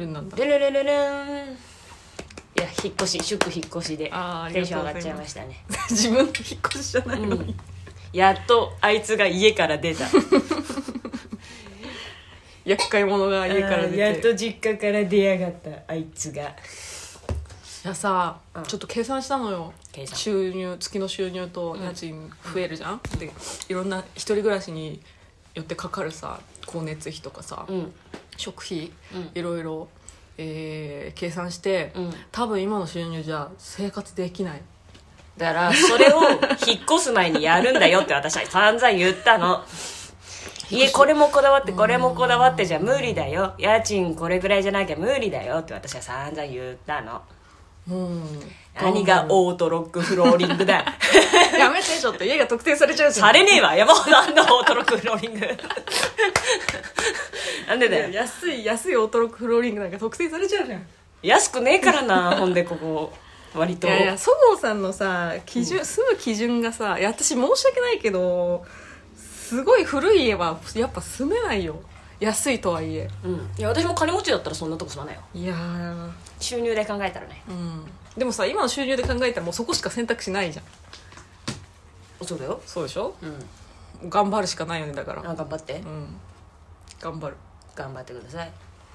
ルンなんだ。 ルルルルルン。いや祝引っ越しでテンション上がっちゃいましたね。 自分の引っ越しじゃないのに、 やっとあいつが家から出た。 厄介者が家から出て、 やっと実家から出やがったあいつが。 いやさ、ちょっと計算したのよ。月の収入と家賃増えるじゃん、でいろんな一人暮らしによってかかるさ光熱費とかさ、食費、いろいろ、計算して、多分今の収入じゃ生活できない。 だからそれを引っ越す前にやるんだよって私は散々言ったの。家これもこだわってこれもこだわってじゃ無理だよ、家賃これぐらいじゃなきゃ無理だよって私は散々言ったの。何がオートロックフローリングだ。 やめて、ちょっと家が特定されちゃうじゃん。 されねえわ、山ほどあんなオートロックフローリング。なんでだよ。 安いオートロックフローリングなんか特定されちゃうじゃん。 安くねえからな。ほんでここ割と。 いやいや、そごうさんのさ基準、住む基準がさ、いや私申し訳ないけどすごい古い家はやっぱ住めないよ、安いとはいえ。 いや私も金持ちだったらそんなとこ住まないよ。 いやー、 収入で考えたらね。 でもさ、今の収入で考えたらもうそこしか選択肢ないじゃん。 そうだよ。 そうでしょ。頑張るしかないよね、だから。 頑張って、 頑張る。 頑張ってください。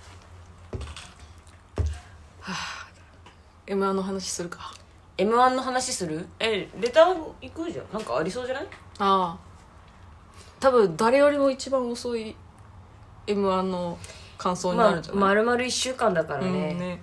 M1 の話するか。 M1 の話する？レター行くじゃん。なんかありそうじゃない？ ああ、多分誰よりも一番遅い M1 の感想になるんじゃない？ 丸々1週間だからね。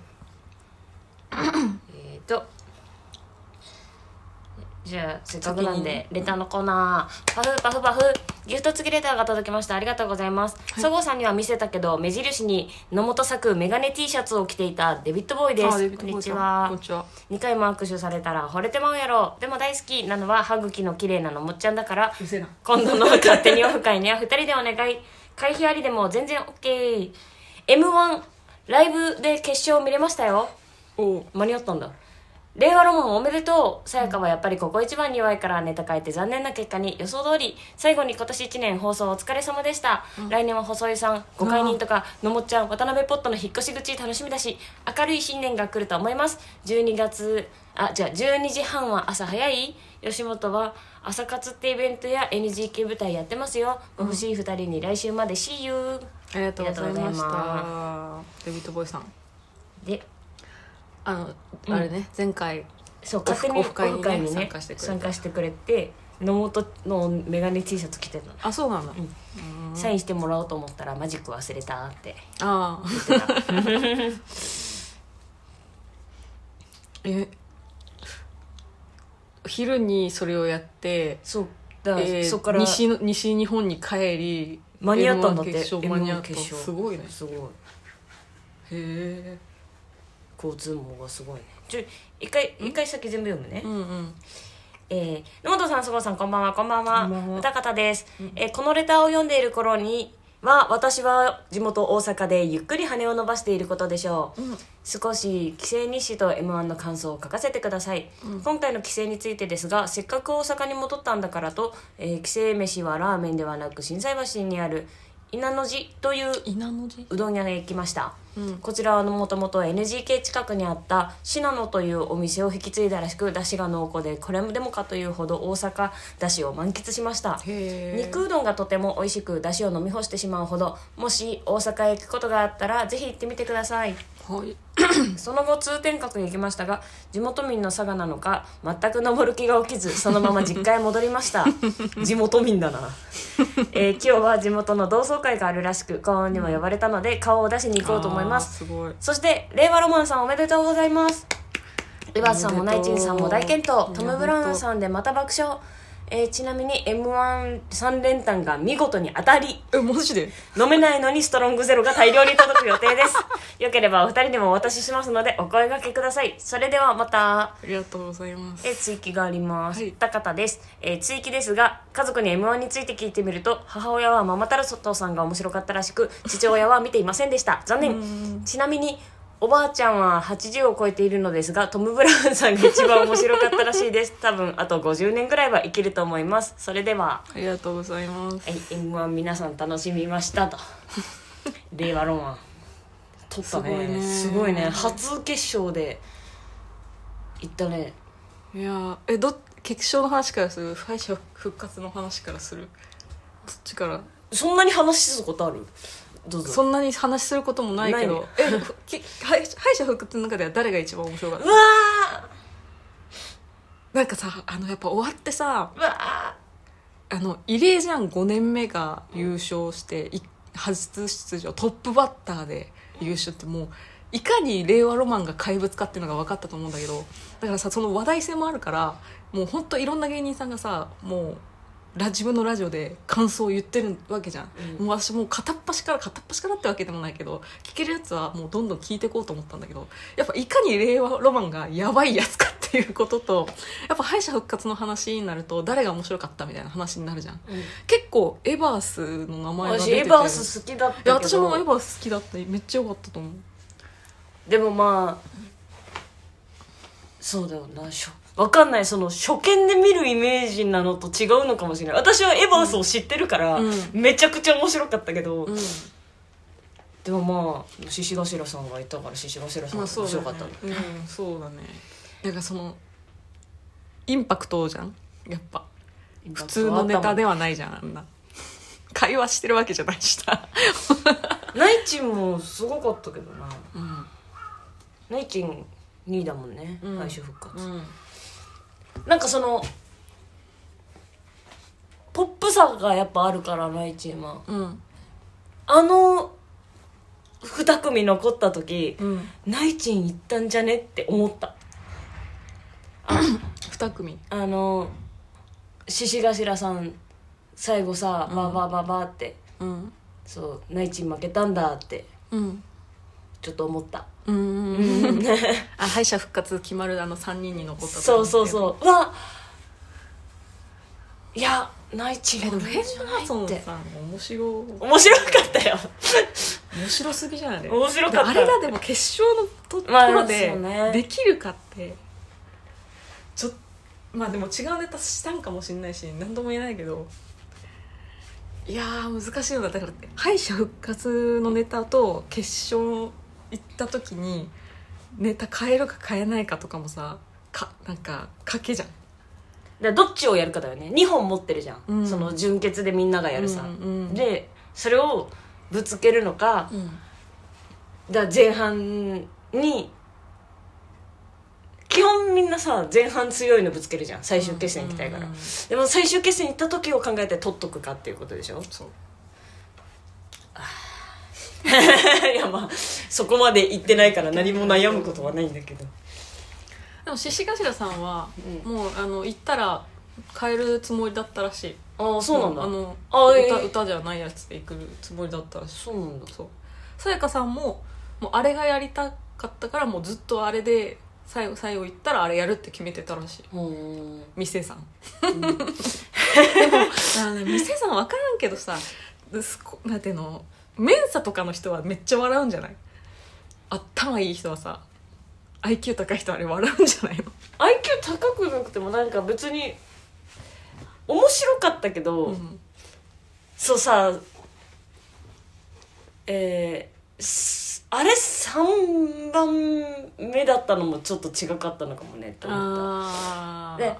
じゃあせっかくなんでレターのコーナー、パフパフパフギフト付きレターが届きました。ありがとうございます。そごうさんには見せたけど目印に野本作メガネ T シャツを着ていたデビッドボーイです。こんにちは。2回も握手されたら惚れてまうやろ。でも大好きなのは歯茎の綺麗なのもっちゃんだから、今度の勝手にオフ会には2人でお願い。会費ありでも全然 OK。 M1 ライブで決勝見れましたよ。間に合ったんだ。令和ロマンおめでとう。さやかはやっぱりここ一番に弱いからネタ変えて残念な結果に。予想通り。最後に今年1年放送お疲れ様でした。来年は細井さんご解任とかのもっちゃん渡辺ポットの引っ越し口楽しみだし、明るい新年が来ると思います。12時半は朝早い。吉本は朝活ってイベントや NGK 舞台やってますよ。欲しい2人に来週まで See you。 ありがとうございました。デビッドボーイさんで、 あれね、前回そう勝手にオフ会にね参加してくれて、野本のメガネ T シャツ着てたの。 あ、そうなんだ。 サインしてもらおうと思ったらマジック忘れたって言ってた。昼にそれをやって、 そっから西日本に帰り間に合ったんだって。 間に合った。すごいね。 すごい。へえ。 交通網がすごいね。一回先全部読むね。野本さん、そごうさん、こんばんは。こんばんは。歌方です。このレターを読んでいる頃には私は地元大阪でゆっくり羽を伸ばしていることでしょう。少し帰省日誌と M1 の感想を書かせてください。今回の帰省についてですが、せっかく大阪に戻ったんだからと、帰省飯はラーメンではなく心斎橋にある稲の字といううどん屋に行きました。こちらはもともと NGK 近くにあった信濃というお店を引き継いだらしく、出汁が濃厚でこれでもかというほど大阪出汁を満喫しました。肉うどんがとても美味しく出汁を飲み干してしまうほど、もし大阪へ行くことがあったらぜひ行ってみてください。その後通天閣に行きましたが、地元民の佐賀なのか全く登る気が起きず、そのまま実家へ戻りました地元民だな。今日は地元の同窓会があるらしく、幸運にも呼ばれたので顔を出しに行こうと思います。 すごい。 そして令和ロマンさんおめでとうございます。リバースさんもナイチンさんも大健闘。トム・ブラウンさんでまた爆笑。ちなみに M13 連単が見事に当たり、 マジで飲めないのにストロングゼロが大量に届く予定です。よければお二人にもお渡ししますのでお声掛けください。それではまた。 ありがとうございます。 追記があります。高方です。追記ですが、家族に M1 について聞いてみると、母親はママタルトさんが面白かったらしく、父親は見ていませんでした。残念。ちなみにおばあちゃんは80を超えているのですが、トム・ブラウンさんが一番面白かったらしいです。多分あと50年ぐらいは生きると思います。それでは。 ありがとうございます。 M1 皆さん楽しみましたと。令和ロマン取ったね。すごいね。初決勝でいったね。 いや決勝の話からする、敗者復活の話からする、どっちから。 そんなに話すことある？どうぞ。 そんなに話することもないけど、敗者復活の中では誰が一番面白かった？ うわー、なんかさ、やっぱ終わってさ、 うわ異例じゃん。5年目が優勝して初出場トップバッターで優勝って、もういかに令和ロマンが怪物かっていうのが分かったと思うんだけど、だからさ、その話題性もあるから、もうほんといろんな芸人さんがさ、もう自分のラジオで感想を言ってるわけじゃん。もう私もう片っ端からってわけでもないけど、聞けるやつはもうどんどん聞いていこうと思ったんだけど、やっぱいかに令和ロマンがやばいやつかっていうことと、やっぱ敗者復活の話になると誰が面白かったみたいな話になるじゃん。結構エバースの名前が出てて、 私エバース好きだったけど。 いや私もエバース好きだった。めっちゃ良かったと思う。 でもまあそうだよな。わかんない、その初見で見るイメージなのと違うのかもしれない。私はエヴァースを知ってるから、めちゃくちゃ面白かったけど、でもまあ獅子頭さんがいたから獅子頭さんが面白かったんだ、 そうだね。だからそのインパクトじゃん、やっぱ普通のネタではないじゃん。あんな会話してるわけじゃないしさナイチンもすごかったけどな、ナイチン2位だもんね、敗者復活、なんかそのポップさがやっぱあるからナイチンは、あの2組残った時、ナイチン行ったんじゃねって思った。 2組獅子頭さん最後さ、バーって、そうナイチン負けたんだって、ちょっと思った。 敗者復活決まる3人に残ったそういやナイチンでもヘンダーソンさん面白かったよ面白すぎじゃない。 面白かった。 あれがでも決勝のところでできるかってまあでも違うネタしたんかもしれないし何とも言えないけど、いやー難しいのだ。だから敗者復活のネタと決勝行った時にネタ変えるか変えないかとかもさ、なんか賭けじゃん。 だどっちをやるかだよね。2本持ってるじゃん、その純潔でみんながやるさ、でそれをぶつけるのか、だ前半に基本みんなさ前半強いのぶつけるじゃん、最終決戦行きたいから、でも最終決戦行った時を考えて取っとくかっていうことでしょ。そういやまあそこまで行ってないから何も悩むことはないんだけど、 でも獅子頭さんは、もう行ったら変えるつもりだったらしい。 ああそうなんだ。歌じゃないやつで行くつもりだったらしい。 そうなんだ。 そうさやかさんもあれがやりたかったからもうずっとあれで最後行ったらあれやるって決めてたらしい。店さんでも店さん分からんけどさ、なんていうの、メンサとかの人はめっちゃ笑うんじゃない？頭いい人はさ、 IQ 高い人あれ笑うんじゃないの？ IQ 高くなくてもなんか別に面白かったけど、そうさあれ3番目だったのもちょっと違かったのかもねって思った。で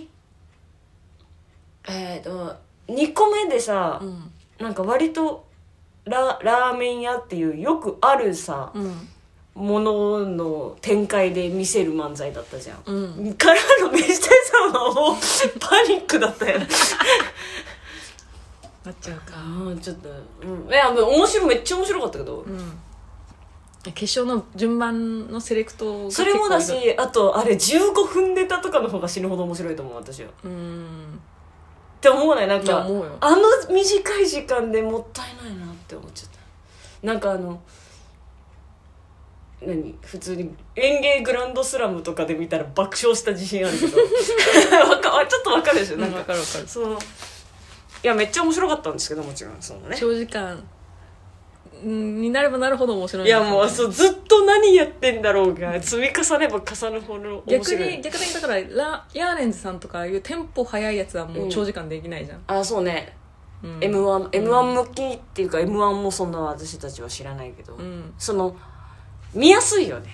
2個目でさ、なんか割とラーメン屋っていうよくあるさ、ものの展開で見せる漫才だったじゃん、からの飯テさんはもうパニックだったよなっちゃうか。 ちょっと、いやめっちゃ面白かったけど、 決勝の順番のセレクトがそれもだし、あとあれ15分ネタとかの方が死ぬほど面白いと思う私は。って思わない？なんかあの短い時間でもったいないなって思っちゃった。なんか普通に演芸グランドスラムとかで見たら爆笑した自信あるけどちょっと分かるでしょ。なんか分かるいやめっちゃ面白かったんですけど、もちろんそのね長時間になればなるほど面白い。 いやもうずっと何やってんだろうが積み重ねば重ねるほど面白い。 逆にだからヤーレンズさんとかいうテンポ速いやつはもう長時間できないじゃん、 そうね、M1 向きっていうか M1 もそんな私たちは知らないけど、その見やすいよね。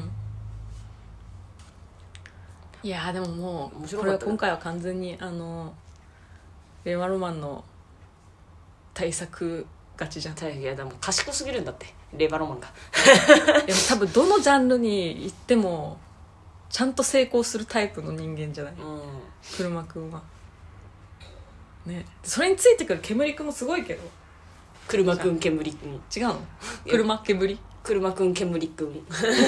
いやでももうこれは今回は完全に令和ロマンの対策勝ちじゃん。 いやでも賢すぎるんだって令和ロマンがでも多分どのジャンルに行ってもちゃんと成功するタイプの人間じゃない、車くんはね。それについてくる煙くんもすごいけど。 車くん煙くん違うの？車煙くん煙くん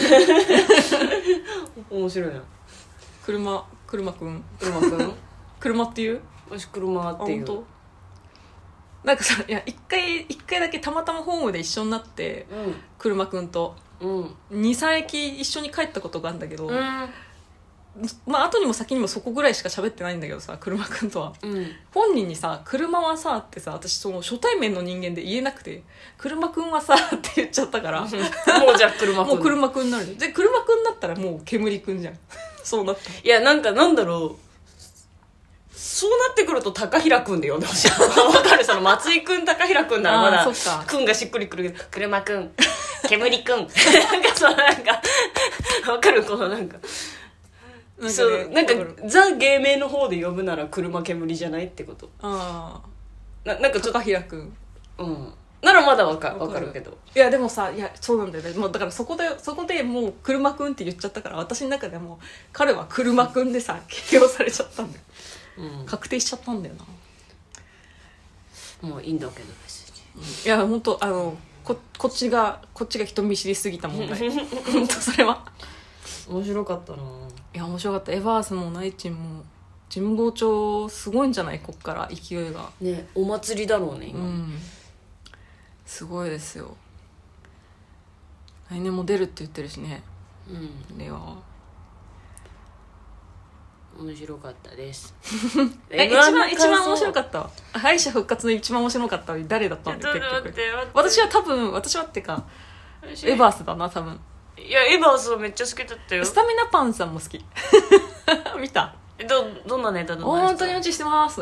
面白いな。 車くん車っていう？ 私車っていう。 本当？なんかさ、いや一回だけたまたまホームで一緒になって、車くんと、2,3 駅一緒に帰ったことがあるんだけど、まあ後にも先にもそこぐらいしか喋ってないんだけどさ、車くんとは、本人にさ車はさってさ、私その初対面の人間で言えなくて、車くんはさって言っちゃったからもうじゃあ車くんもう車くんになるで、車くんだったらもう煙くんじゃんそうなった。 いやなんだろう、そうなってくると高平くんで呼んでほしい。わかる、その松井くん高平くんならまだくんがしっくりくるけど、車くん煙くんなんかそのなんかわかる、このなんかそうなんかザ芸名の方で呼ぶなら車煙じゃないってこと。 ああ、 なんかちょっと高平くん、 ならまだわかるけど、 いやでもさ、いやそうなんだよね。もうだからそこでもう車くんって言っちゃったから、私の中でもう彼は車くんでさ形容されちゃったんだよ、確定しちゃったんだよな。もういいんだけど別に。いや本当こっちが人見知りすぎた問題。本当それは面白かったな。 いや面白かった。エバースもナイチンも神保町すごいんじゃない、こっから勢いがね。お祭りだろうね今、 すごいですよ。来年も出るって言ってるしね。レアは面白かったです。 一番面白かった敗者復活の一番面白かった誰だったんだよ結局。私はってかエバースだな多分。 いやエバースはめっちゃ好きだったよ。 スタミナパンさんも好き。見た？ どんなネタだった？ 本当にうんちしてます。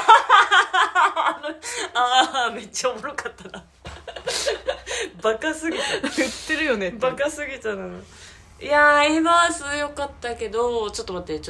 めっちゃおもろかったな。バカすぎた。 言ってるよね。 バカすぎたな。いやエバース良かったけど、ちょっと待って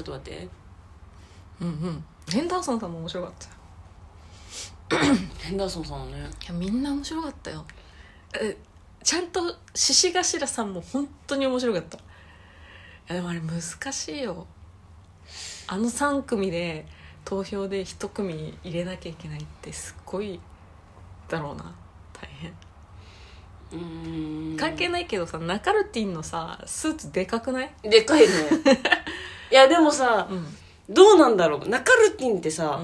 ヘンダーソンさんも面白かったよ。 ヘンダーソンさんはね、 いやみんな面白かったよ。ちゃんと獅子頭さんも本当に面白かった。いやでもあれ難しいよ。あの3組で投票で1組入れなきゃいけないってすっごいだろうな、大変。関係ないけどさ、ナカルティンのさスーツでかくない？ でかいね。いやでもさ、どうなんだろう、ナカルティンってさ、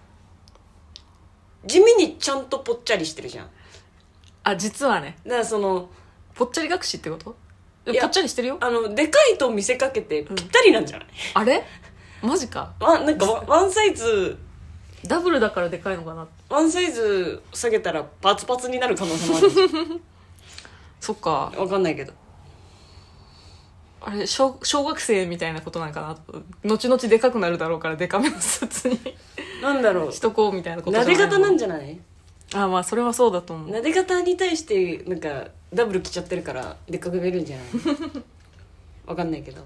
地味にちゃんとぽっちゃりしてるじゃん。 あ、実はね。 だからそのぽっちゃり隠しってこと？ぽっちゃりしてるよ。 でかいと見せかけてぴったりなんじゃない？ あれマジか。 なんかワンサイズダブルだからでかいのかな。 ワンサイズ下げたらパツパツになる可能性もある。 そっか、 分かんないけど、 あれ小学生みたいなことなんかな。後々でかくなるだろうからでかめのスーツになんだろう、 しとこうみたいなことじゃなないの？ で方なんじゃない？ あ、まあそれはそうだと思う。 なで方に対してなんかダブル着ちゃってるからでっかく見えるんじゃない？分かんないけど。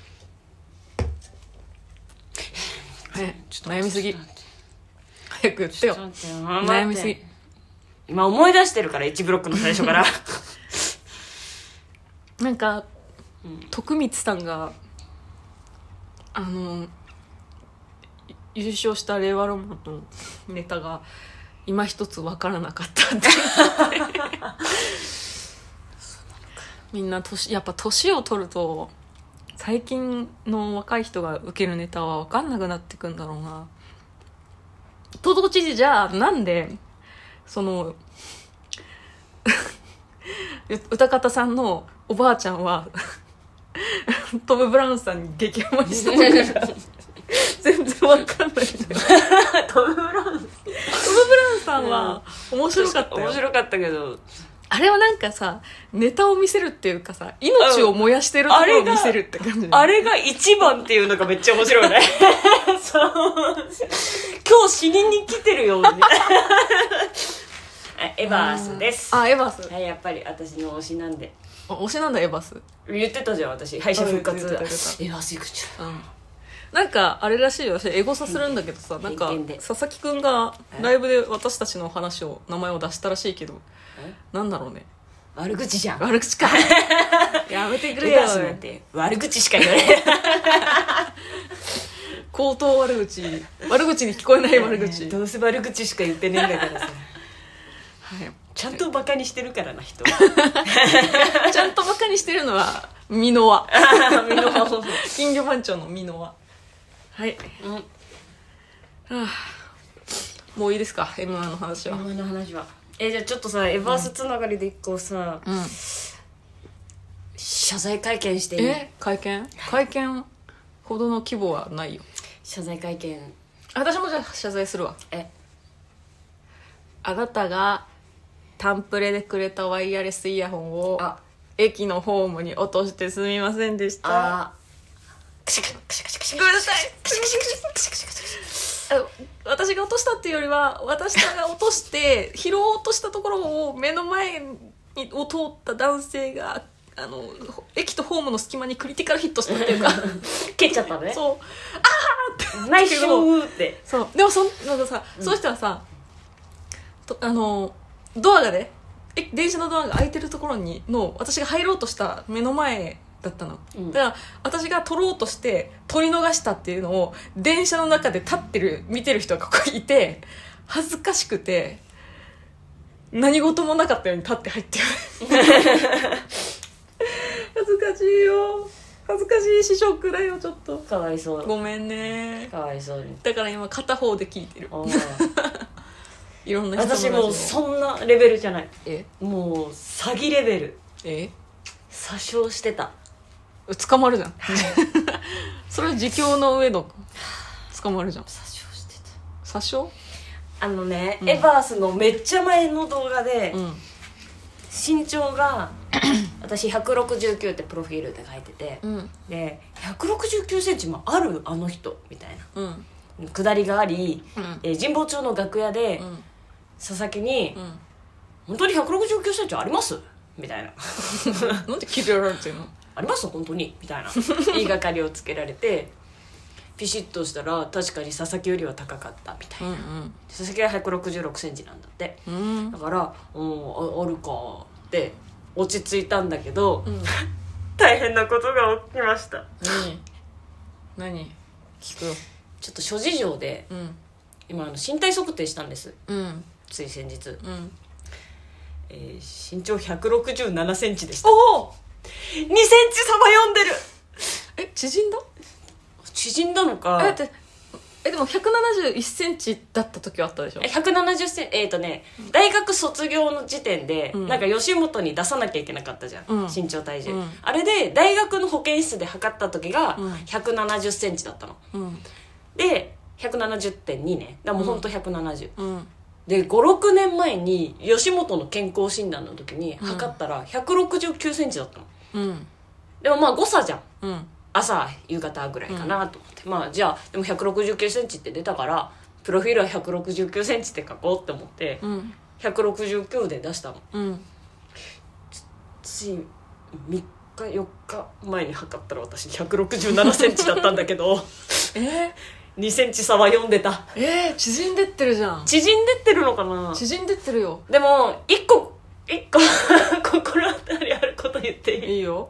ちょっと悩みすぎ。早く言ってよ。悩みすぎ。 今思い出してるから、1ブロックの最初から。 なんか、徳光さんが優勝した令和ロマンのネタが今一つ分からなかったってみんなやっぱ年を取ると最近の若い人が受けるネタは分かんなくなってくんだろうな。東都知事じゃあなんでその歌方さんのおばあちゃんはトム・ブラウンさんに激ハマりしたのか全然わかんないんだよ。 トム・ブラウンさんは面白かったよ。 面白かったけど、 あれはなんかさネタを見せるっていうかさ、命を燃やしてるところを見せるって感じ。 あれが一番っていうのがめっちゃ面白いね。そう今日死にに来てるように。エバースです。 あ、エバース。 はい、やっぱり私の推しなんで。 推しなんだエバース。 言ってたじゃん私、敗者復活。エバースいくちゃ。 なんかあれらしいよ、私エゴサするんだけどさ、なんか佐々木くんがライブで私たちの話を名前を出したらしいけど、なんだろうね。 悪口じゃん。 悪口か。やめてくれよ。 エバースなんて悪口しか言わない。 口頭悪口に聞こえない悪口。 どうせ悪口しか言ってねえんだからさ。 はい、 ちゃんとバカにしてるからな人。 ちゃんとバカにしてるのはミノワ。金魚番長のミノワ。はい、もういいですか M1 の話は。 M1 の話はじゃあちょっとさエバースつながりで一個さ、謝罪会見していい？ 会見ほどの規模はないよ。 謝罪会見。 私もじゃあ謝罪するわ。あなたがタンプレでくれたワイヤレスイヤホンを駅のホームに落としてすみませんでした。 クシャクシャクシャクシャごめんなさい。私が落としたっていうよりは、私が落として拾おうとしたところを目の前を通った男性が駅とホームの隙間にクリティカルヒットしたっていうか蹴っちゃったね。 そう、あーってナイスーって。 そうでもなんかさ、そうしたらさドアがね、電車のドアが開いてるところに私が入ろうとした目の前だったの、だから私が取ろうとして取り逃したっていうのを電車の中で見てる人がここにいて、恥ずかしくて何事もなかったように立って入ってる恥ずかしいよ、恥ずかしいしショックだよ、ちょっとかわいそう。 ごめんね。 かわいそうに。 だから今片方で聞いてるいろんな人の私もうそんなレベルじゃない。もう詐欺レベル。詐称してた。 捕まるじゃんそれは自供の上の捕まるじゃん。 詐称してた。詐称？ エヴァースのめっちゃ前の動画で、身長が私169ってプロフィールで書いてて、で169センチもあるあの人みたいな、下りがあり、神保町の楽屋で、佐々木に、本当に169センチありますみたいななんでキレられてるの？ あります本当にみたいな言いがかりをつけられて、ピシッとしたら確かに佐々木よりは高かったみたいな、佐々木は166センチなんだって、だからあるかって落ち着いたんだけど、大変なことが起きました。 何聞くよ。 ちょっと諸事情で、今身体測定したんです、つい先日、身長167センチでした。 おお、 2センチ差は読んでる。 縮んだ？ 縮んだのか。 でも171センチだった時はあったでしょ。 170センチ、大学卒業の時点で、なんか吉本に出さなきゃいけなかったじゃん、身長体重、あれで大学の保健室で測った時が170センチだったの、で 170.2 ね、だからもうほんと170、で 5,6 年前に吉本の健康診断の時に測ったら169センチだったの、でもまあ誤差じゃん、朝夕方ぐらいかなと思って、じゃあでも169センチって出たからプロフィールは169センチって書こうって思って、169で出したの、つい3日4日前に測ったら私167センチだったんだけど2センチ差は読んでた。 縮んでってるじゃん。 縮んでってるのかな。 縮んでってるよ。 でも1個心当たりあること言っていい？ いいよ。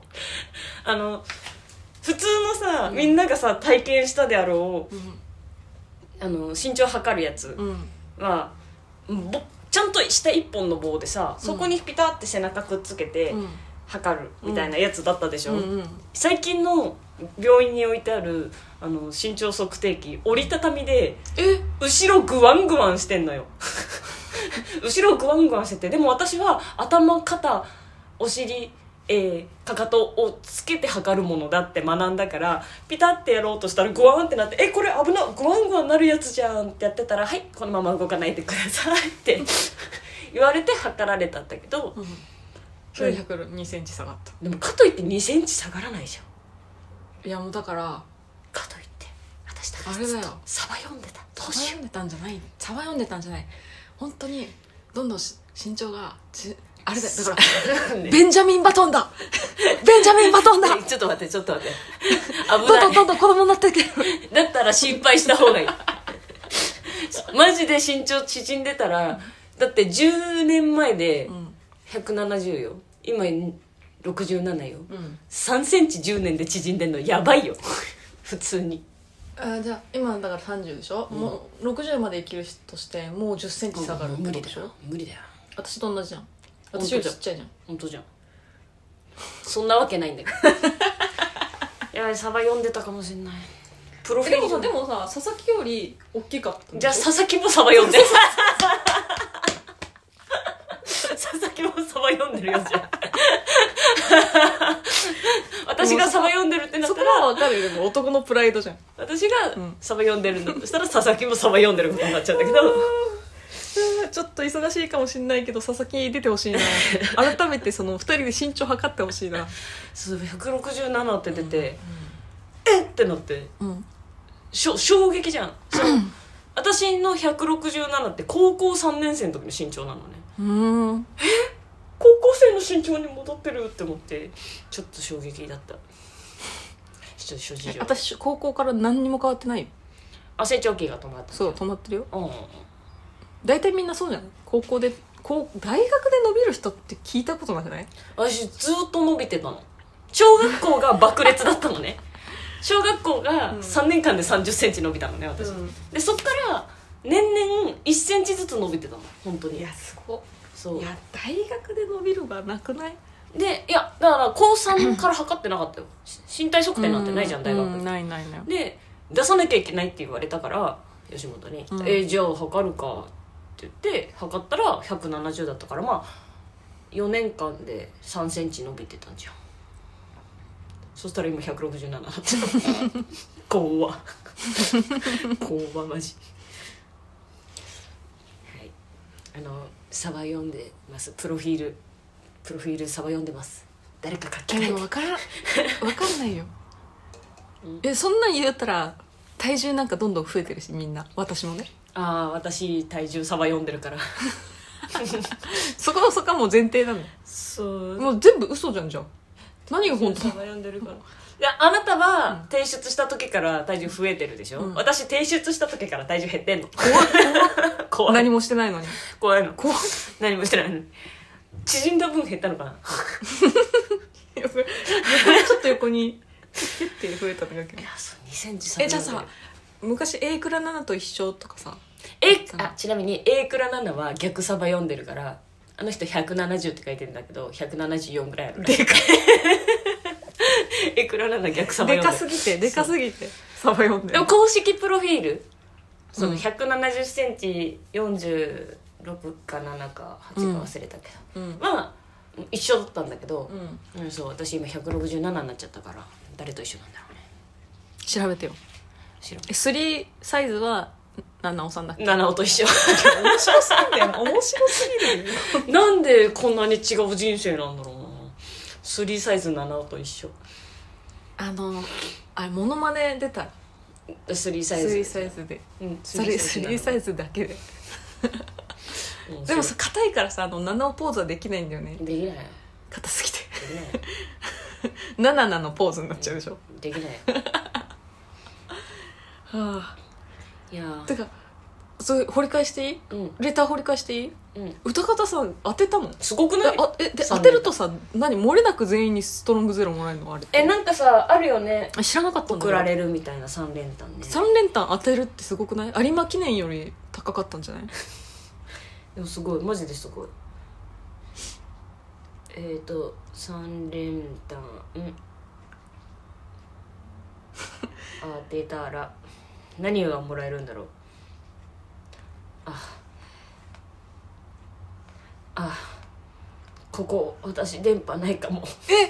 普通のさ、みんながさ体験したであろう、身長測るやつは、ちゃんとした一本の棒でさ、そこにピタって背中くっつけて測るみたいなやつだったでしょ、最近の病院に置いてある身長測定器、折りたたみで後ろグワングワンしてんのよ後ろグワングワンしてて、でも私は頭肩お尻かかとをつけて測るものだって学んだから、ピタってやろうとしたらグワンってなって、これ危な、グワングワンなるやつじゃんってやってたら、はいこのまま動かないでくださいって言われて測られたんだけど、 それ102センチ下がった。 でもかといって2センチ下がらないじゃん。 いやもうだからかといって私だからあれだよ、 サバ読んでた。 サバ読んでたんじゃない、サバ読んでたんじゃない、本当にどんどん身長があれだよ、だからベンジャミンバトンだベンジャミンバトンだちょっと待って危ない、 どんどん子供になってけるだったら心配した方がいいマジで身長縮んでたら、だって10年前で170よ、今67よ、3センチ10年で縮んでんのやばいよ普通に。 じゃあ今だから30でしょ、もう60まで生きるとしてもう10センチ下がるってことでしょ。 無理だよ。 私と同じじゃん。私よりちっちゃいじゃん。 本当じゃん。そんなわけないんだけどいやサバ読んでたかもしれない。プロフィールでもさ佐々木より大きかった。 じゃあ佐々木もサバ読んで佐々木もサバ読んでるよじゃん私がサバ読んでるってなったら、 そこは分かるよ。でも男のプライドじゃん。 私がサバ読んでるんだとしたら佐々木もサバ読んでることになっちゃうんだけどちょっと忙しいかもしれないけど佐々木に出てほしいな改めてその2人で身長測ってほしいな。 167って出て、 えってなって、衝撃じゃん。私の167って高校3年生の時の身長なのね。高校生の身長に戻ってるって思ってちょっと衝撃だった。諸事情。 私高校から何にも変わってないよ。 成長期が止まった。 そう止まってるよ。大体みんなそうじゃない。高校で大学で伸びる人って聞いたことなくない？ 私ずっと伸びてたの。小学校が爆裂だったのね。小学校が3年間で30センチ伸びたのね私、でそっから年々1センチずつ伸びてたの本当に。 いやすごい。 そう。 いや大学で伸びるはなくない？ でいやだから高3から測ってなかったよ。身体測定なんてないじゃん大学。 ないで出さなきゃいけないって言われたから吉本に、じゃあ測るかって言って測ったら170だったから、まあ4年間で3センチ伸びてたんじゃん。そしたら今167だった怖っ怖マジ。はい、サバ読んでます。プロフィールサバ読んでます。誰か書き換えて。 分かんないよそんなん言ったら体重なんかどんどん増えてるし、みんな。私もね。 私体重サバ読んでるからそこはもう前提なの。 そうもう全部嘘じゃん。じゃん何が本当？ サバ読んでるから。いやあなたは提出した時から体重増えてるでしょ、私提出した時から体重減ってんの。怖い何もしてないのに。 怖いの。何もしてないのに。縮んだ分減ったのかなちょっと横にキュッて増えただけ。いやそう2センチ3 じゃあさ昔 A クラ7と一緒とかさ。 ちなみに A クラ7は逆サバ読んでるから、あの人170って書いてるんだけど174ぐらいある。でかいA クラ7逆サバ読んでる。 でかすぎてサバ読んでる。 でも公式プロフィールその170センチ46か7か8か忘れたけど、まあ一緒だったんだけど、そう私今167になっちゃったから誰と一緒なんだろうね。 調べてよ。3サイズは七尾さんだっけ？ 七尾と一緒。 面白すぎんだよ。面白すぎるなんでこんなに違う人生なんだろうな。3サイズ七尾と一緒。 モノマネ出たら 3サイズ。 3サイズで、3サイズだけででもさ硬いからさ七尾ポーズはできないんだよね。 できない。 硬すぎて77のポーズになっちゃうでしょ。 できないいやてかそれ掘り返していい？レター掘り返していい？歌方さん当てたのすごくない？ で当てるとさ漏れなく全員にストロングゼロもらえるの？あれなんかさあるよね。 知らなかったんだ。 送られるみたいな3連単ね。 3連単当てるってすごくない？有馬記念より高かったんじゃない？ でもすごいマジですごい。3連単当てたら何がもらえるんだろう。ここ私電波ないかも。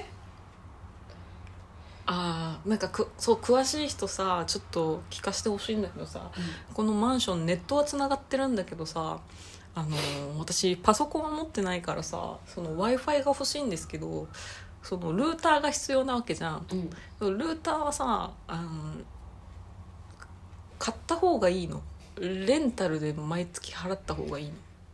なんかそう詳しい人さちょっと聞かせてほしいんだけどさ、このマンションネットはつながってるんだけどさ私パソコンは持ってないからさWi-Fi が欲しいんですけどそのルーターが必要なわけじゃん、ルーターはさ買った方がいいの？レンタルで毎月払った方がいいの？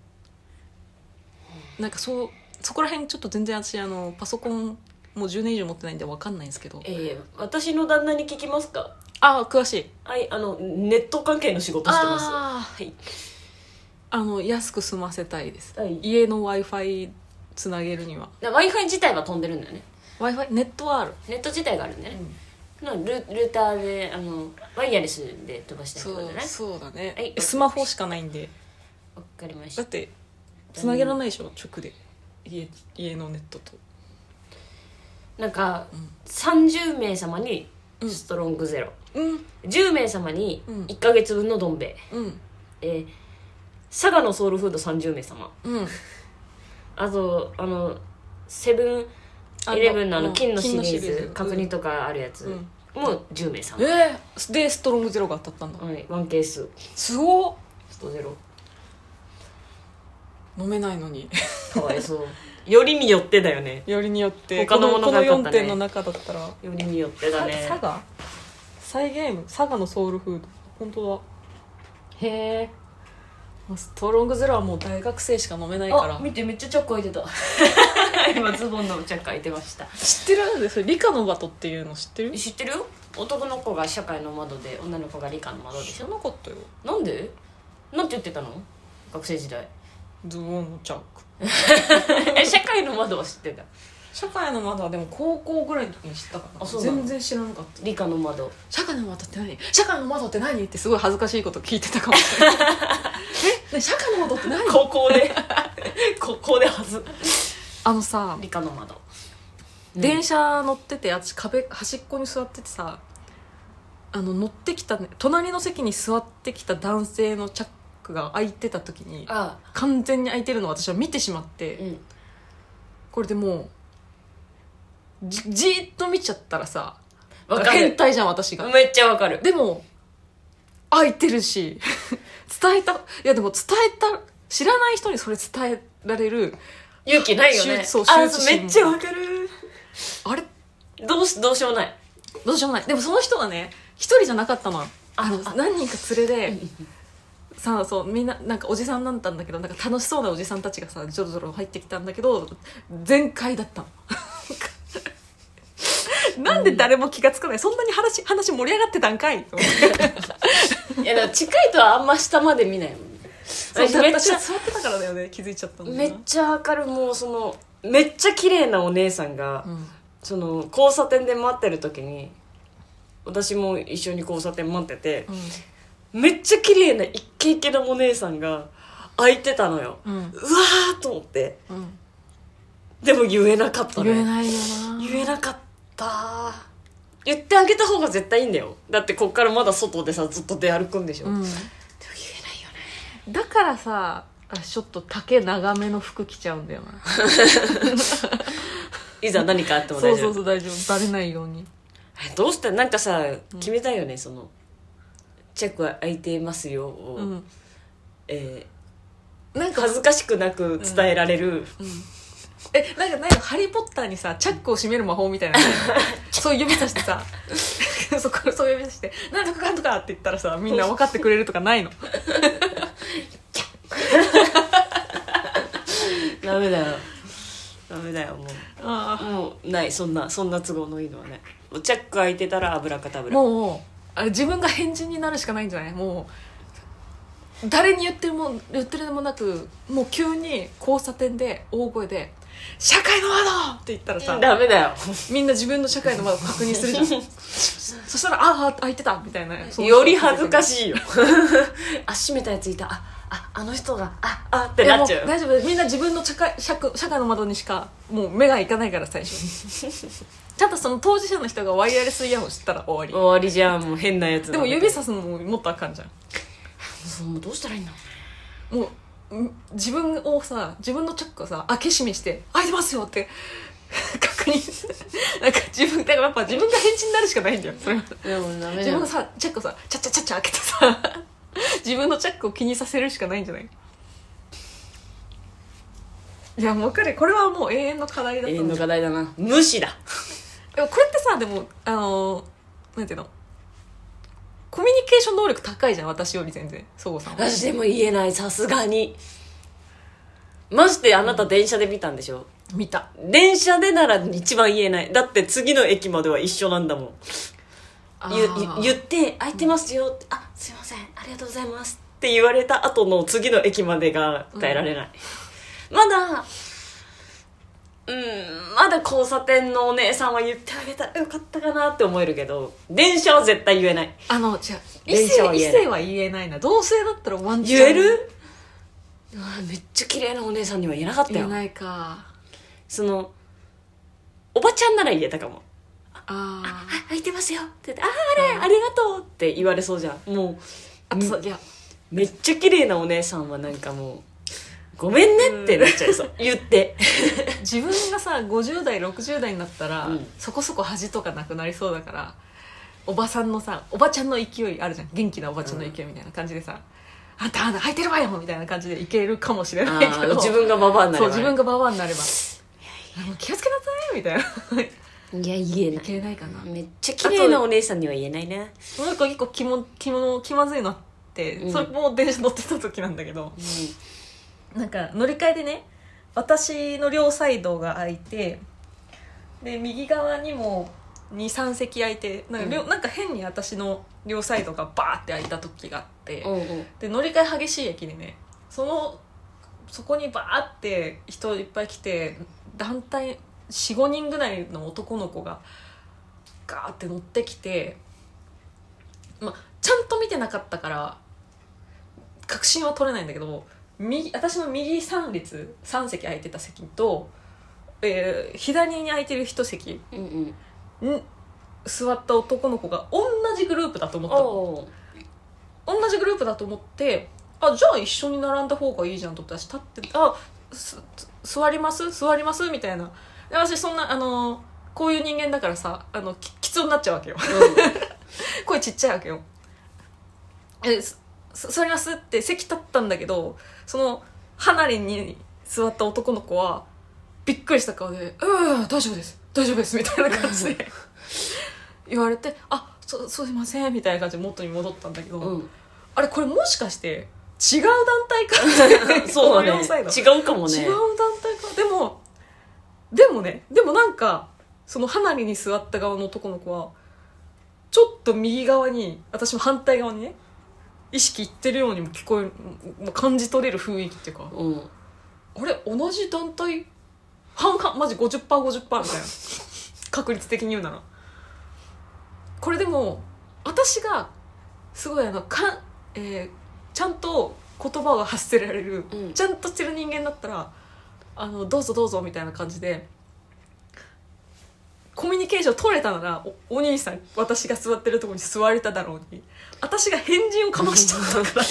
なんかそこら辺ちょっと全然私パソコンもう10年以上持ってないんで分かんないんですけど、 私の旦那に聞きますか？ 詳しい。 はいネット関係の仕事してます。 はい、安く済ませたいです、家の Wi-Fi つなげるには。 Wi-Fi 自体は飛んでるんだよね。 Wi-Fi ネットはある。 ネット自体があるんだよね、ルーターでワイヤレスで飛ばしたいってことだね。 そうだね、スマホしかないんで。 わかりました。 だってつなげられないでしょ、直で家のネットと。 なんか、30名様にストロングゼロ、10名様に1ヶ月分のどん兵衛、佐賀のソウルフード30名様、あとセブンイレブンの金のシリーズ角煮とかあるやつもう10名様、 でストロングゼロが当たったんだ。 1ケースすごっ。 ストゼロ飲めないのにかわいそう。よりによってだよね。 よりによって他のものがなかったね。 この4点の中だったらよりによってだね。 佐賀サイゲーム佐賀のソウルフード、本当だ。へえ。ストロングゼロはもう大学生しか飲めないから。 見て、めっちゃチャック開いてた今ズボンのチャック開いてました。 知ってる？それ理科のバトっていうの知ってる？ 知ってるよ。男の子が社会の窓で女の子が理科の窓でしょ。 知らなかったよ。 なんで？なんて言ってたの？学生時代。 ズボンのチャック社会の窓は知ってた。 社会の窓はでも高校ぐらいの時に知ったかな。全然知らなかった。 理科の窓。 社会の窓って何？社会の窓って何ってすごい恥ずかしいこと聞いてたかもしれないえ、社会の窓って何？ 高校で高校ではず。 さ、 理科の窓、 電車乗ってて、私端っこに座っててさ、乗ってきた、ね、隣の席に座ってきた男性のチャックが開いてた時に、完全に開いてるのを私は見てしまって、これでもうじーっと見ちゃったらさ、変態じゃん私が。 めっちゃわかる。 でも開いてるし伝えた、いやでも伝えた、知らない人にそれ伝えられる勇気ないよね。 そう、 めっちゃわかる。 あれどうしようもない。 どうしようもない。でもその人はね、一人じゃなかったの。何人か連れでさあ、そうみんななんかおじさんだったんだけど、なんか楽しそうなおじさんたちがさ、ジョロジョロ入ってきたんだけど、全開だったのなんで誰も気がつかない、そんなに話盛り上がってたんかいと思っていや、だから近いとはあんま下まで見ないもんね。 そう、めっちゃ座ってたからだよね、気づいちゃったんだよな。 めっちゃわかる。もうめっちゃ綺麗なお姉さんが、交差点で待ってる時に、私も一緒に交差点待ってて、めっちゃ綺麗なイケイケなお姉さんが開いてたのよ、うわーと思って、でも言えなかったね。 言えないよな。 言えなかった。言ってあげた方が絶対いいんだよ。だってこっからまだ外でさ、ずっと出歩くんでしょ、でも言えないよね。 だからさ、ちょっと丈長めの服着ちゃうんだよないざ何かあっても大丈夫。 そう大丈夫、バレないように。 どうしてなんかさ、決めたいよね、チェックは開いてますよを、なんか恥ずかしくなく伝えられる、 なんかハリー・ポッターにさ、チャックを閉める魔法みたいなそう指さしてさそう指さしてなんとかかんとかって言ったらさ、みんな分かってくれるとかないのダメだよもうない、そんな都合のいいのはね。チャック開いてたらアブラカタブラ。 もう自分が変人になるしかないんじゃない？もう誰に言ってるでもなく、もう急に交差点で大声で社会の窓って言ったらさ、 ダメだよ。 みんな自分の社会の窓確認するじゃんそしたら開いてたみたいな。 より恥ずかしいよ閉めたやついた、あの人がってなっちゃう。 大丈夫、みんな自分の社会の窓にしかもう目がいかないから、最初ちゃんとその当事者の人がワイヤレスイヤホンしたら終わりじゃん。もう変なやつ。 でも指さすのももっとあかんじゃん。 もうどうしたらいいんだろう。もう自分のチャックをさ、開け閉めして開いてますよって確認なんかだからやっぱ自分が変人になるしかないんだよ、それは。でもダメだよ。自分のさチャックをさチャッチャ開けてさ自分のチャックを気にさせるしかないんじゃない？いやもう分かる。これはもう永遠の課題だった。 永遠の課題だな。無視だ。 でもこれってさ、でもなんていうの、コミュニケーション能力高いじゃん、私より全然。そごさんは。 私でも言えない、さすがに。マジであなた電車で見たんでしょ？ 見た。 電車でなら一番言えない。だって次の駅までは一緒なんだもん。言って開いてますよって、すいませんありがとうございますって言われた後の次の駅までが耐えられない、まだ交差点のお姉さんは言ってあげたらよかったかなって思えるけど、電車は絶対言えない。 じゃあ異性は言えないな。同性だったらワンチャン言える？めっちゃ綺麗なお姉さんには言えなかったよ。 言えないか。 おばちゃんなら言えたかも。開いてますよって言って、ありがとうって言われそうじゃん。もういやめっちゃ綺麗なお姉さんはなんかもうごめんねってなっちゃいそう言って自分がさ50代60代になったら、そこそこ恥とかなくなりそうだから、おばちゃんの勢いあるじゃん、元気なおばちゃんの勢いみたいな感じでさ、あんた履いてるわよみたいな感じでいけるかもしれないけど、 自分がババアになれば、 そう自分がババアになれば気をつけなさいみたいないや言えない、 言えないかな。 めっちゃ綺麗なお姉さんには言えないな。 もう一個結構気まずいのあって、それも電車乗ってた時なんだけど、なんか乗り換えでね、私の両サイドが空いて、で右側にも 2,3 席空いて、なんか変に私の両サイドがバーって空いた時があって、で乗り換え激しい駅でね、そこにバーって人いっぱい来て、団体 4,5 人ぐらいの男の子がガーって乗ってきて、ちゃんと見てなかったから確信は取れないんだけど、私の右3列3席空いてた席と、左に空いてる1席に座った男の子が同じグループだと思ったの。同じグループだと思って、じゃあ一緒に並んだ方がいいじゃんと思って、私立って座りますみたいな。で私そんなこういう人間だからさ、きつになっちゃうわけよ、声ちっちゃいわけよ。座りますって席立ったんだけど、その離れに座った男の子はびっくりした顔で大丈夫ですみたいな感じで言われて、すいませんみたいな感じで元に戻ったんだけど、あれこれもしかして違う団体かってそうだね、違うかもね、 違う団体か。でもなんかその離れに座った側の男の子はちょっと右側に、私も反対側にね意識いってるようにも聞こえる、感じ取れる雰囲気っていうか、あれ同じ団体半々、マジ 50%50% みたいな確率的に言うなら。これでも私がすごいちゃんと言葉が発せられる、ちゃんとしてる人間だったらどうぞみたいな感じでコミュニケーション取れたなら、お兄さん私が座ってるところに座れただろうに、私が変人をかましちゃったから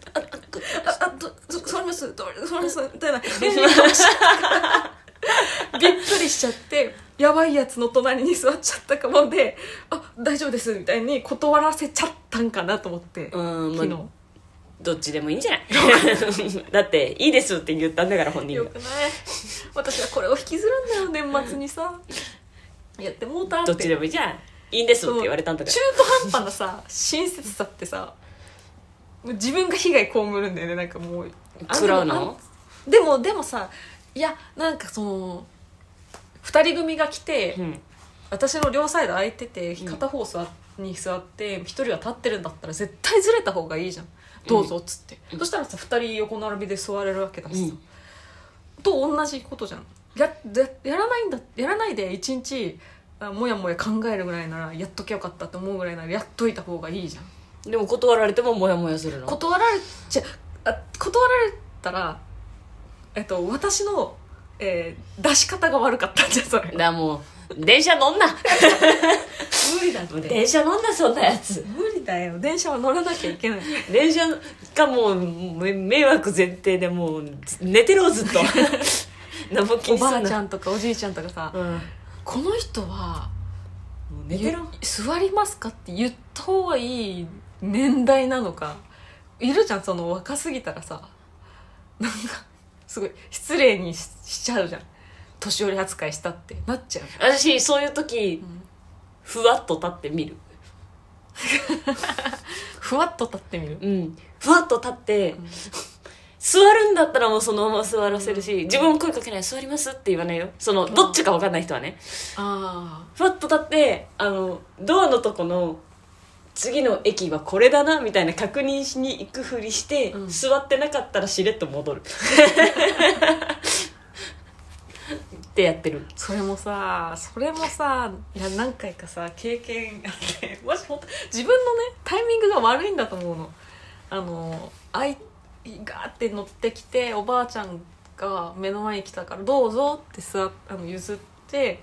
座りますみたいな変人をかましちゃったからびっくりしちゃって、やばいやつの隣に座っちゃったかもで、大丈夫ですみたいに断らせちゃったんかなと思って、昨日、 どっちでもいいんじゃないだっていいですって言ったんだから本人が。 よくない、私はこれを引きずるんだよ年末にさやってもうたって。 どっちでもいいじゃん、いいんですって言われたんだから。 中途半端なさ親切さってさ、自分が被害被るんだよね。なんかもう食らうの。 でもさ、いやなんかその2人組が来て、私の両サイド空いてて片方に座って1人は立ってるんだったら絶対ずれた方がいいじゃん、どうぞっつって、そしたらさ2人横並びで座れるわけだしさ、と同じことじゃん。やらないで一日もやもや考えるぐらいならやっときゃよかったって思うぐらいならやっといた方がいいじゃん。 でも断られてもモヤモヤするの。 断られたら私の、出し方が悪かったんじゃんそれ。 だもう電車乗んな無理だって。 電車乗んなそんなやつ。 無理だよ、電車は乗らなきゃいけない。 電車がもう迷惑前提でもう寝てろずっと何も気にすんな。 おばあちゃんとかおじいちゃんとかさ、この人は寝てろ座りますかって言った方がいい年代なのか。いるじゃん、その若すぎたらさなんかすごい失礼に しちゃうじゃん、年寄り扱いしたってなっちゃう。 私そういう時、ふわっと立ってみるふわっと立ってみる。 ふわっと立って、座るんだったらもうそのまま座らせるし、自分も声かけない、座りますって言わないよ、そのどっちか分かんない人はね。ふわっと立ってドアのとこの次の駅はこれだなみたいな確認しに行くふりして、座ってなかったらしれっと戻るってやってる。 それもさいや何回かさ経験あってもし本当自分のねタイミングが悪いんだと思うの。ガーって乗ってきておばあちゃんが目の前に来たからどうぞって譲って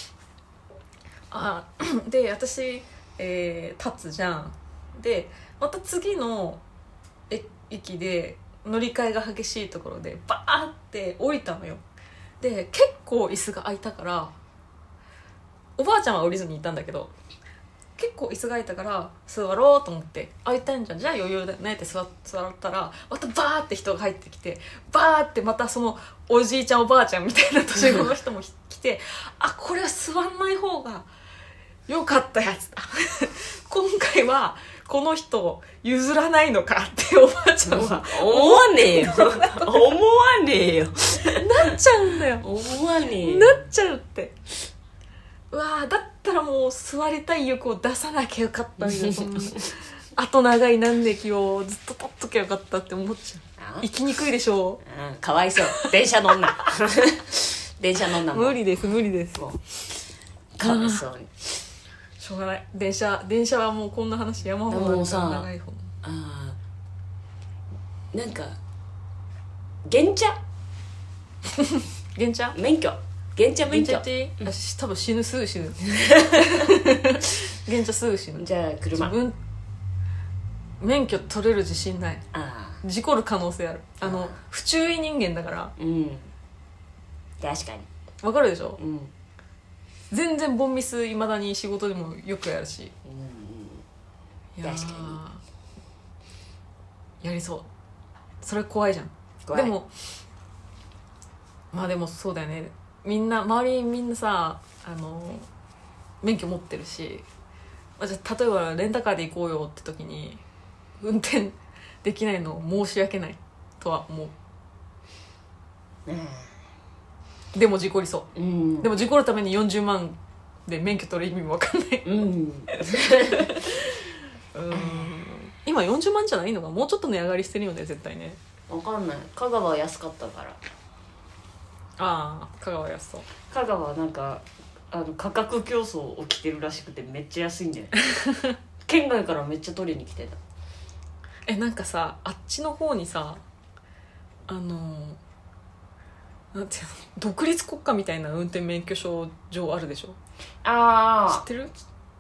で私、立つじゃん。でまた次の駅で乗り換えが激しいところでバーって降りたのよ。で結構椅子が空いたからおばあちゃんは降りずにいたんだけど、結構椅子が空いたから座ろうと思って空いたんじゃん、じゃあ余裕だねって座ったらまたバーって人が入ってきて、バーってまたそのおじいちゃんおばあちゃんみたいな年頃の人も来て、あ、これは座んない方がよかったやつだ今回はこの人譲らないのかっておばあちゃんは思わねえよ思わねえよなっちゃうんだよ。 思わねえよなっちゃうって。うわー、だったらもう座りたい欲を出さなきゃよかったみたいなあと長い何歴をずっと取っときゃよかったって思っちゃう。生きにくいでしょ。 うん、かわいそう。電車乗んな電車乗んなもん。 無理です無理です。 かわいそうに。 しょうがない。電車はもうこんな話山ほどあるから長い方。 あー、なんか原茶原茶免許原茶免許って私多分すぐ死ぬ原茶すぐ死ぬ。 じゃあ車自分免許取れる自信ない。事故る可能性ある。不注意人間だから。 うん、確かにわかるでしょ、 うん、 全然ボンミスいまだに仕事でもよくやるし、 うん、確かにやりそう。それ怖いじゃん。 怖い。 でもまあでもそうだよね。周りみんなさ免許持ってるし、じゃあ例えばレンタカーで行こうよって時に運転できないの申し訳ないとは思う、でも事故りそう、でも事故るために40万で免許取る意味も分かんない、今40万じゃないのがもうちょっと値上がりしてるよね絶対ね。 分かんない。香川は安かったから。 ああ、香川安そう。 香川はなんか価格競争起きてるらしくてめっちゃ安いんだよ県外からめっちゃ取りに来てた。 なんかさ、あっちの方にさなんていうの、独立国家みたいな運転免許証上あるでしょ。知ってる？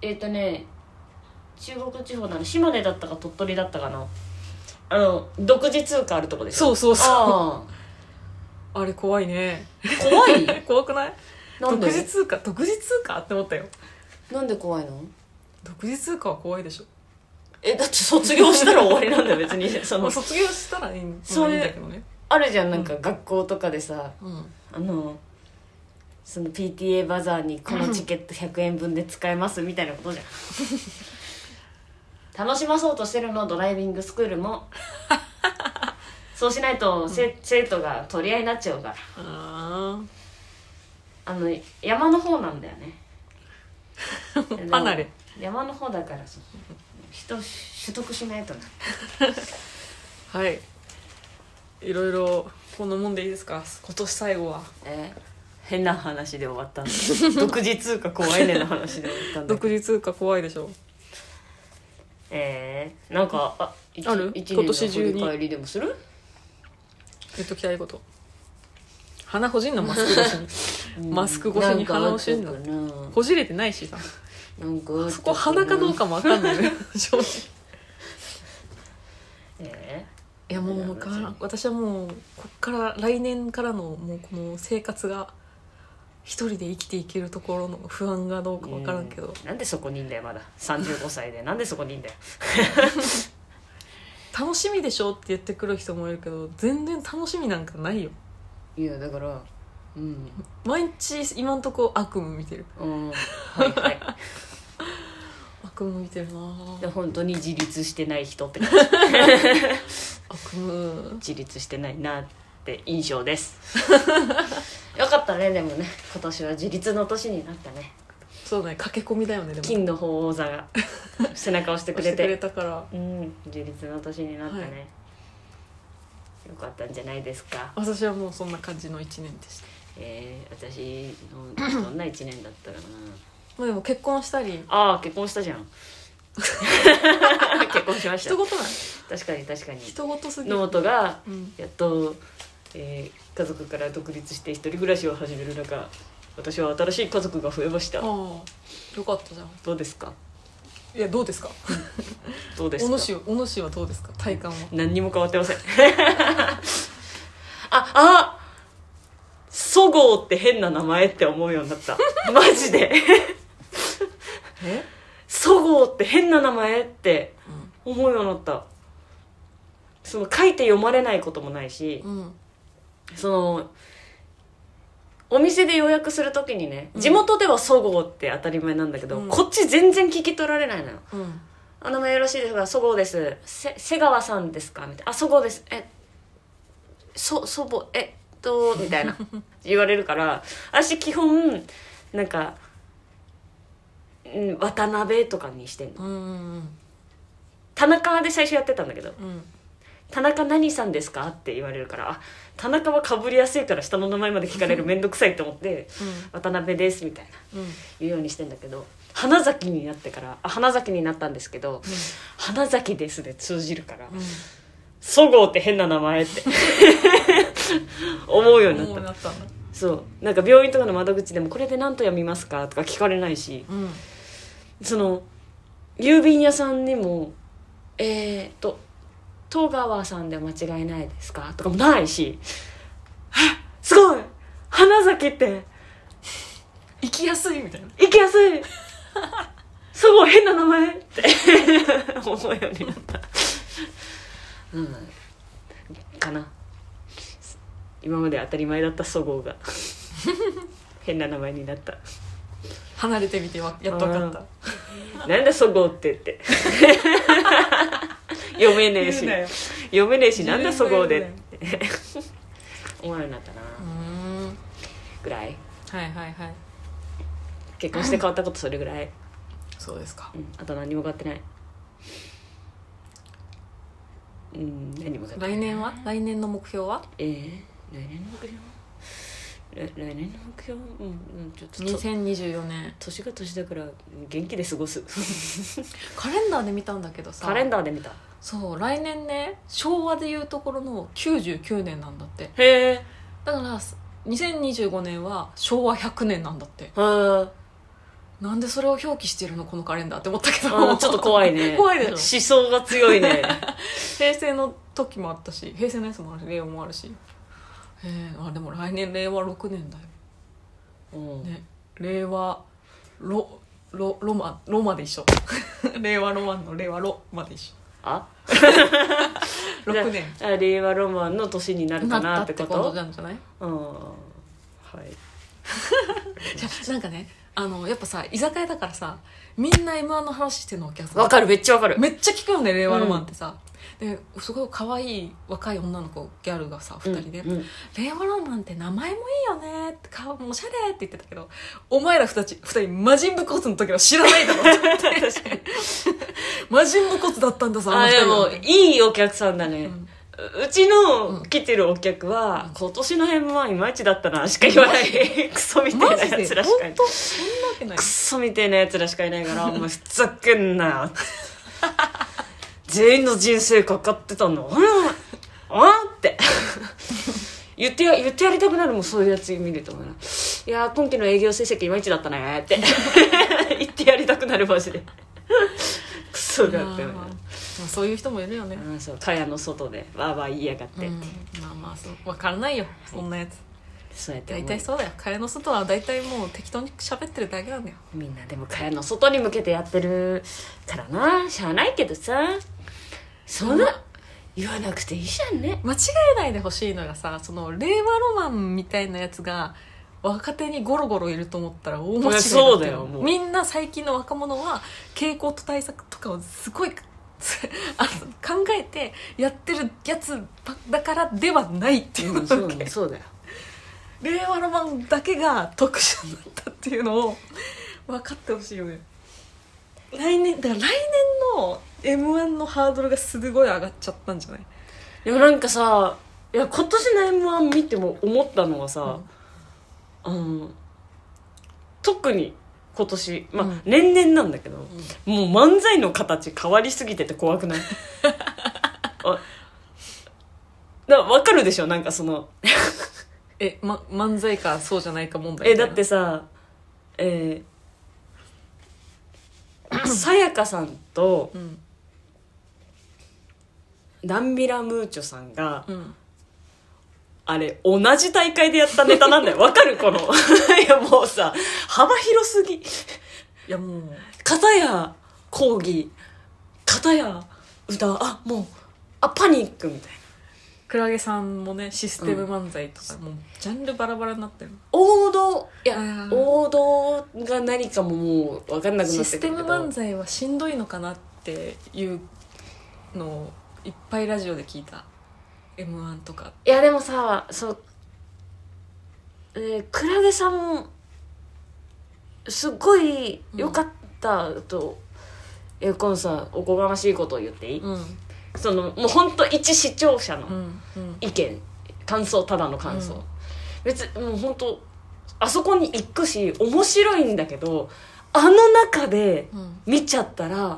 中国地方なの島根だったか鳥取だったかな、独自通貨あるとこでしょ。 そうあれ怖いね。 怖い怖くない？ なんで？ 独自通貨って思ったよ。 なんで怖いの？ 独自通貨は怖いでしょ。 だって卒業したら終わりなんだよ別に卒業したらいいんだけどね。 あるじゃん、なんか学校とかでさ、その PTA バザーにこのチケット100円分で使えますみたいなことじゃん楽しまそうとしてるの。ドライビングスクールもそうしないと、生徒が取り合いになっちゃうから。山の方なんだよね離れ山の方だから人取得しないとなはい、いろいろこんなもんでいいですか。今年最後は変な話で終わったんだ独自通貨怖いねの話で終わったんだ独自通貨怖いでしょ。 なんかある？ 1年の振り返りでもする？ 言っときたいこと。鼻ほじんのマスク越しにマスク越しに鼻をしんの。ほじれてないしさ、 なんかそこ鼻かどうかも分かんないね正直。いやもう私はもうこっから来年からのもうこの生活が一人で生きていけるところの不安がどうか分からんけど、 なんでそこにいんだよまだ35歳でなんでそこにいんだよ楽しみでしょって言ってくる人もいるけど全然楽しみなんかないよ。 いやだから毎日今んとこ悪夢見てる。 はいはい悪夢見てるな。 本当に自立してない人って悪夢自立してないなって印象ですよかったね。でもね今年は自立の年になったね。 そうね、駆け込みだよね。でも金の鳳凰座が背中を押してくれて押してくれたから、 自立の年になったね、よかったんじゃないですか。 私はもうそんな感じの1年でした。 私のどんな1年だったかなまあでも結婚したり。 結婚したじゃん結婚しました。 人事ない。 確かに人事すぎる。 野本がやっと、家族から独立して一人暮らしを始める中、私は新しい家族が増えました。 よかったじゃん。 どうですか？ いやどうですかどうですか？ お主はどうですか？体感は。 何にも変わってませんそごうって変な名前って思うようになったマジでそごうって変な名前って思うようになった。その書いて読まれないこともないし、そのお店で予約するときにね、地元ではそごうって当たり前なんだけど、こっち全然聞き取られないのよ。お名前よろしいですか、そごうです。瀬川さんですかみたいな。あ、そごうです。祖母、みたいな言われるから、私基本なんか、渡辺とかにしてんの。田中で最初やってたんだけど、田中何さんですかって言われるから、あ、田中はかぶりやすいから下の名前まで聞かれるめんどくさいと思って、渡辺ですみたいな、言うようにしてんだけど、花咲になってから、花咲になったんですけど、花咲ですで通じるから、そごうって変な名前って思うようになった。そうなんか病院とかの窓口でもこれで何と読みますかとか聞かれないし、その郵便屋さんにも戸川さんで間違いないですかとかもないし、すごい花咲って行きやすいみたいな、 行きやすいすごい変な名前って思うようになったかな。今まで当たり前だったそごうが変な名前になった。 離れてみてやっと分かった。 なんだそごうってって読めねえしなんだそごうでって思うようになったなぐらい。 はいはいはい。 結婚して変わったことそれぐらい。 そうですか。 あと何も変わってない。何も変わってない。 来年は？来年の目標は？ 来年の目標ちょっと 2024年年が年だから元気で過ごすカレンダーで見たんだけどさ。 カレンダーで見た。 そう、来年ね、昭和でいうところの99年なんだって。 へえ。 だから2025年は昭和100年なんだって。 へえ。 なんでそれを表記してるのこのカレンダーって思ったけど、 ちょっと怖いね。 怖いでしょ。思想が強いね平成の時もあったし、平成のやつもあるし、令和もあるし。でも来年令和6年だよ、ね、令和ロマで一緒令和ロマンの令和ロマで一緒。 あ 6年令和ロマンの年になるかなってこと。 なったってことなんじゃない？ はいじゃなんかね、やっぱさ居酒屋だからさ、みんな M1 の話してるのお客さん。 わかる、めっちゃわかる。 めっちゃ聞くよね、令和ロマンってさ。ですごい可愛い若い女の子ギャルがさ2人で、令和ロマンって名前もいいよねって顔もおしゃれって言ってたけど、お前ら2人魔人ブコツの時は知らないだろって確かに魔人ブコツだったんださ。 でもいいお客さんだね、うちの来てるお客は、今年の M1 いまいちだったなしか言わないクソみたいなやつらしかいない。 そんなわけない。 クソみたいなやつらしかいないからお前ふざけんなよ全員の人生かかってたんだって言ってやりたくなるもん、そういうやつ見ると思うな。いや今期の営業成績いまいちだったねって言ってやりたくなるマジでクソがってそういう人もいるよね。 そう、蚊帳の外でわーわー言いやがってって、 まあそう分からないよ、そんなやつ。 そうやって大体そうだよ、蚊帳の外は大体もう適当に喋ってるだけなんだよ。 みんなでも蚊帳の外に向けてやってるからな、しゃあないけどさ、そんな言わなくていいじゃんね。 間違えないでほしいのがさ、その令和ロマンみたいなやつが若手にゴロゴロいると思ったら大間違いだって。 そうだよ。もうみんな最近の若者は傾向と対策とかをすごい考えてやってるやつだからではないっていうのだけ、 そうだよ。 令和ロマンだけが特殊だったっていうのを分かってほしいよね。来年の M1 のハードルがすごい上がっちゃったんじゃない？ でもなんかさ、いや今年の M1 見ても思ったのはさ、特に今年、年々なんだけど、もう漫才の形変わりすぎてて怖くない？分かるでしょ、なんかその漫才かそうじゃないか問題。 だってさ、さやかさんと、ダンビラムーチョさんが、あれ同じ大会でやったネタなんだよ。わかる？このいやもうさ幅広すぎ。いやもう片や講義、片や歌、もうパニックみたいクラゲさんもねシステム漫才とか、もうジャンルバラバラになってる。 王道王道が何かももう分かんなくなってくるけど、 システム漫才はしんどいのかなっていうのをいっぱいラジオで聞いた。 M1 とか。 いやでもさ、そう、クラゲさんすっごい良かったと、このさおこがましいことを言っていい、そのもうほんと一視聴者の意見、感想、ただの感想、別にもうほんとあそこに行くし面白いんだけど、あの中で見ちゃったら、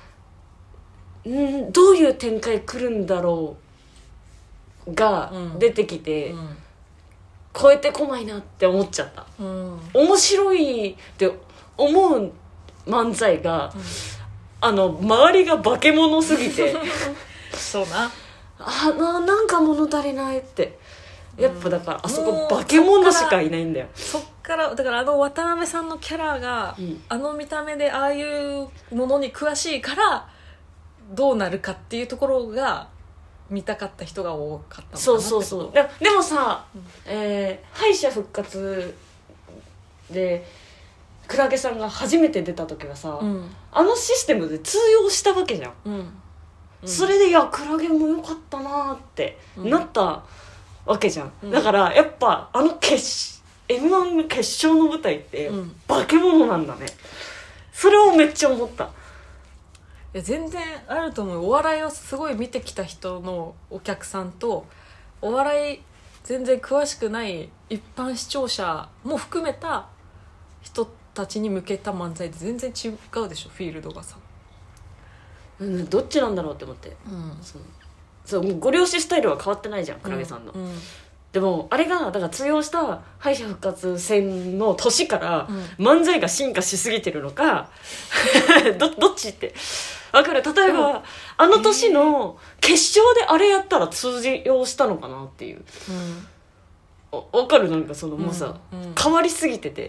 どういう展開来るんだろうが出てきて、超えてこないなって思っちゃった、面白いって思う漫才が、周りが化け物すぎてそうな、 なんか物足りないって。やっぱだからあそこ化け物しかいないんだよ。 そっからだから渡辺さんのキャラが、見た目でああいうものに詳しいからどうなるかっていうところが見たかった人が多かったのかなって。 そうでもさ、敗者復活でクラゲさんが初めて出た時はさ、あのシステムで通用したわけじゃん、それでクラゲも良かったなってなったわけじゃん、だからやっぱM1 の決勝の舞台って化け物なんだね、それをめっちゃ思った。 いや全然あると思う。お笑いをすごい見てきた人のお客さんと、お笑い全然詳しくない一般視聴者も含めた人たちに向けた漫才って全然違うでしょ、フィールドがさ。 どっちなんだろうって思って、そうご両親スタイルは変わってないじゃん、クラゲさんの、でもあれがだから通用した敗者復活戦の年から漫才が進化しすぎてるのかどっちって分かる。例えばあの年の決勝であれやったら通用したのかなっていう、分かる。なんかそのもうさ、変わりすぎてて、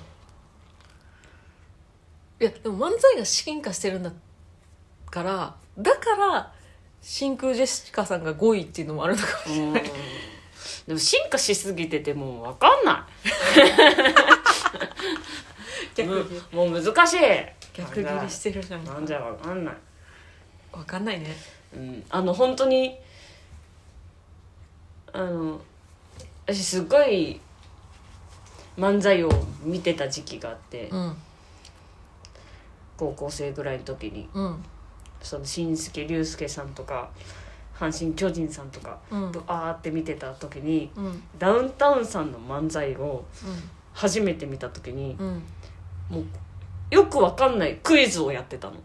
いやでも漫才が進化してるんだから真空ジェシカさんが5位っていうのもあるのかもしれない。 でも進化しすぎててもう分かんない逆にもう難しい。 逆切りしてるじゃん。 なんじゃ分かんない。 分かんないね。 本当に私すごい漫才を見てた時期があって、高校生ぐらいの時に、その新助竜介さんとか阪神巨人さんとかとって見てた時に、ダウンタウンさんの漫才を初めて見た時に、もうよくわかんないクイズをやってたの、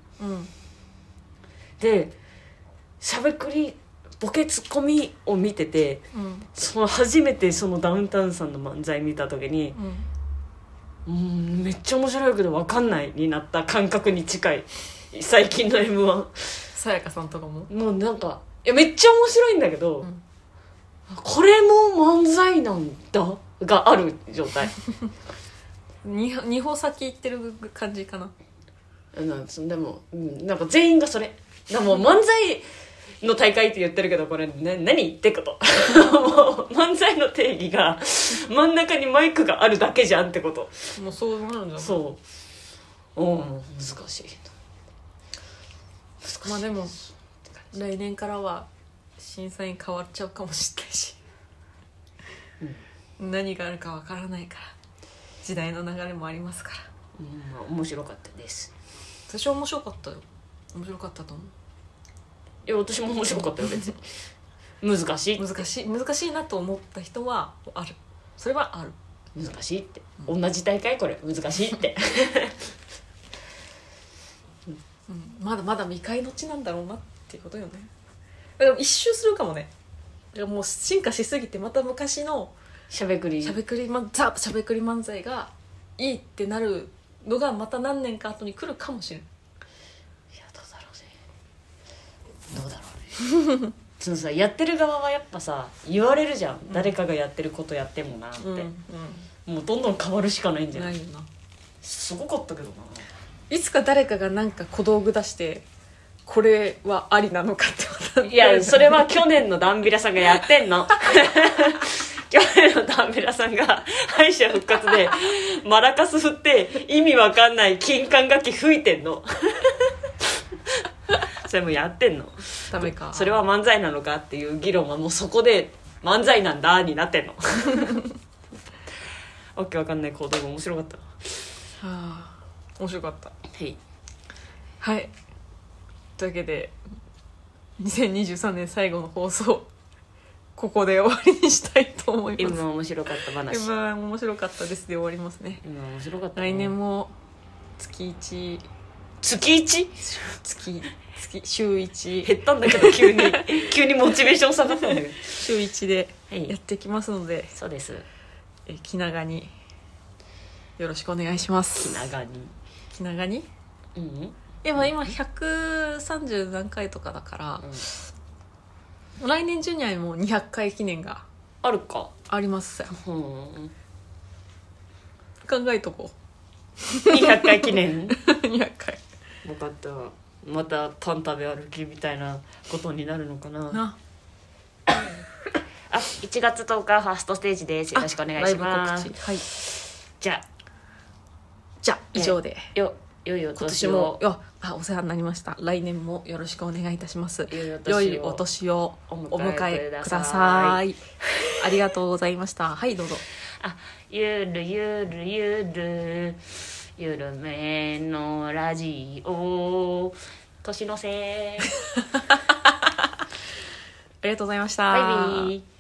でしゃべくりボケツッコミを見てて、その初めてそのダウンタウンさんの漫才見た時に、めっちゃ面白いけどわかんないになった感覚に近い最近の M1。 さやかさんとかももうなんかめっちゃ面白いんだけど、これも漫才なんだがある状態 2歩先行ってる感じかな。 でも、なんか全員がそれでも漫才の大会って言ってるけど、これ、何ってこともう漫才の定義が真ん中にマイクがあるだけじゃんってこと。 もうそうなるんじゃない。 そう難しい。 まあでも来年からは審査員変わっちゃうかもしれないし、何があるかわからないから、時代の流れもありますから、 面白かったです。 私は面白かったよ。面白かったと思う。 いや私も面白かったよ別に難しいなと思った人はある。それはある。 難しいって、同じ大会これ難しいってまだまだ未開の地なんだろうなっていうことよね。だから一周するかもね。だからもう進化しすぎてまた昔のしゃべくり漫才がいいってなるのがまた何年か後に来るかもしれない。 いやどうだろうねそのさやってる側はやっぱさ言われるじゃん、誰かがやってることやってもなって、もうどんどん変わるしかないんじゃない。 ないよな。 すごかったけどな。 いつか誰かがなんか小道具出してこれはありなのかってこと。 いやそれは去年のダンビラさんがやってんの去年のダンビラさんが敗者復活でマラカス振って意味わかんない金管楽器吹いてんのそれもやってんの。 ダメか。 それは漫才なのかっていう議論はもうそこで漫才なんだになってんのわけわかんない行動が面白かった。 はあ、面白かった。 はいはい、というわけで2023年最後の放送ここで終わりにしたいと思います。 今面白かった話。 今面白かったですで終わりますね。 今面白かった、ね、 来年も月1 月 1? 月週1 減ったんだけど急にモチベーション下がったんだけど週1でやってきますので、はい、 そうです。 気長によろしくお願いします。気長にうん、 今130何回とかだから、うん、来年ジュニアにも200回記念があるか。 ありますよ、 うん、 考えとこう 200回記念 200回分かった。またタン食べ歩きみたいなことになるのかなあ、1月10日ファーストステージです。よろしくお願いします。 はい、 じゃあ以上でよいお年を。 お世話になりました。来年もよろしくお願いいたします。 良いお年をお迎えください。ありがとうございました。はいどうぞ。 ゆるゆるゆるゆるめのラジオ年のせいありがとうございました。 バイビー。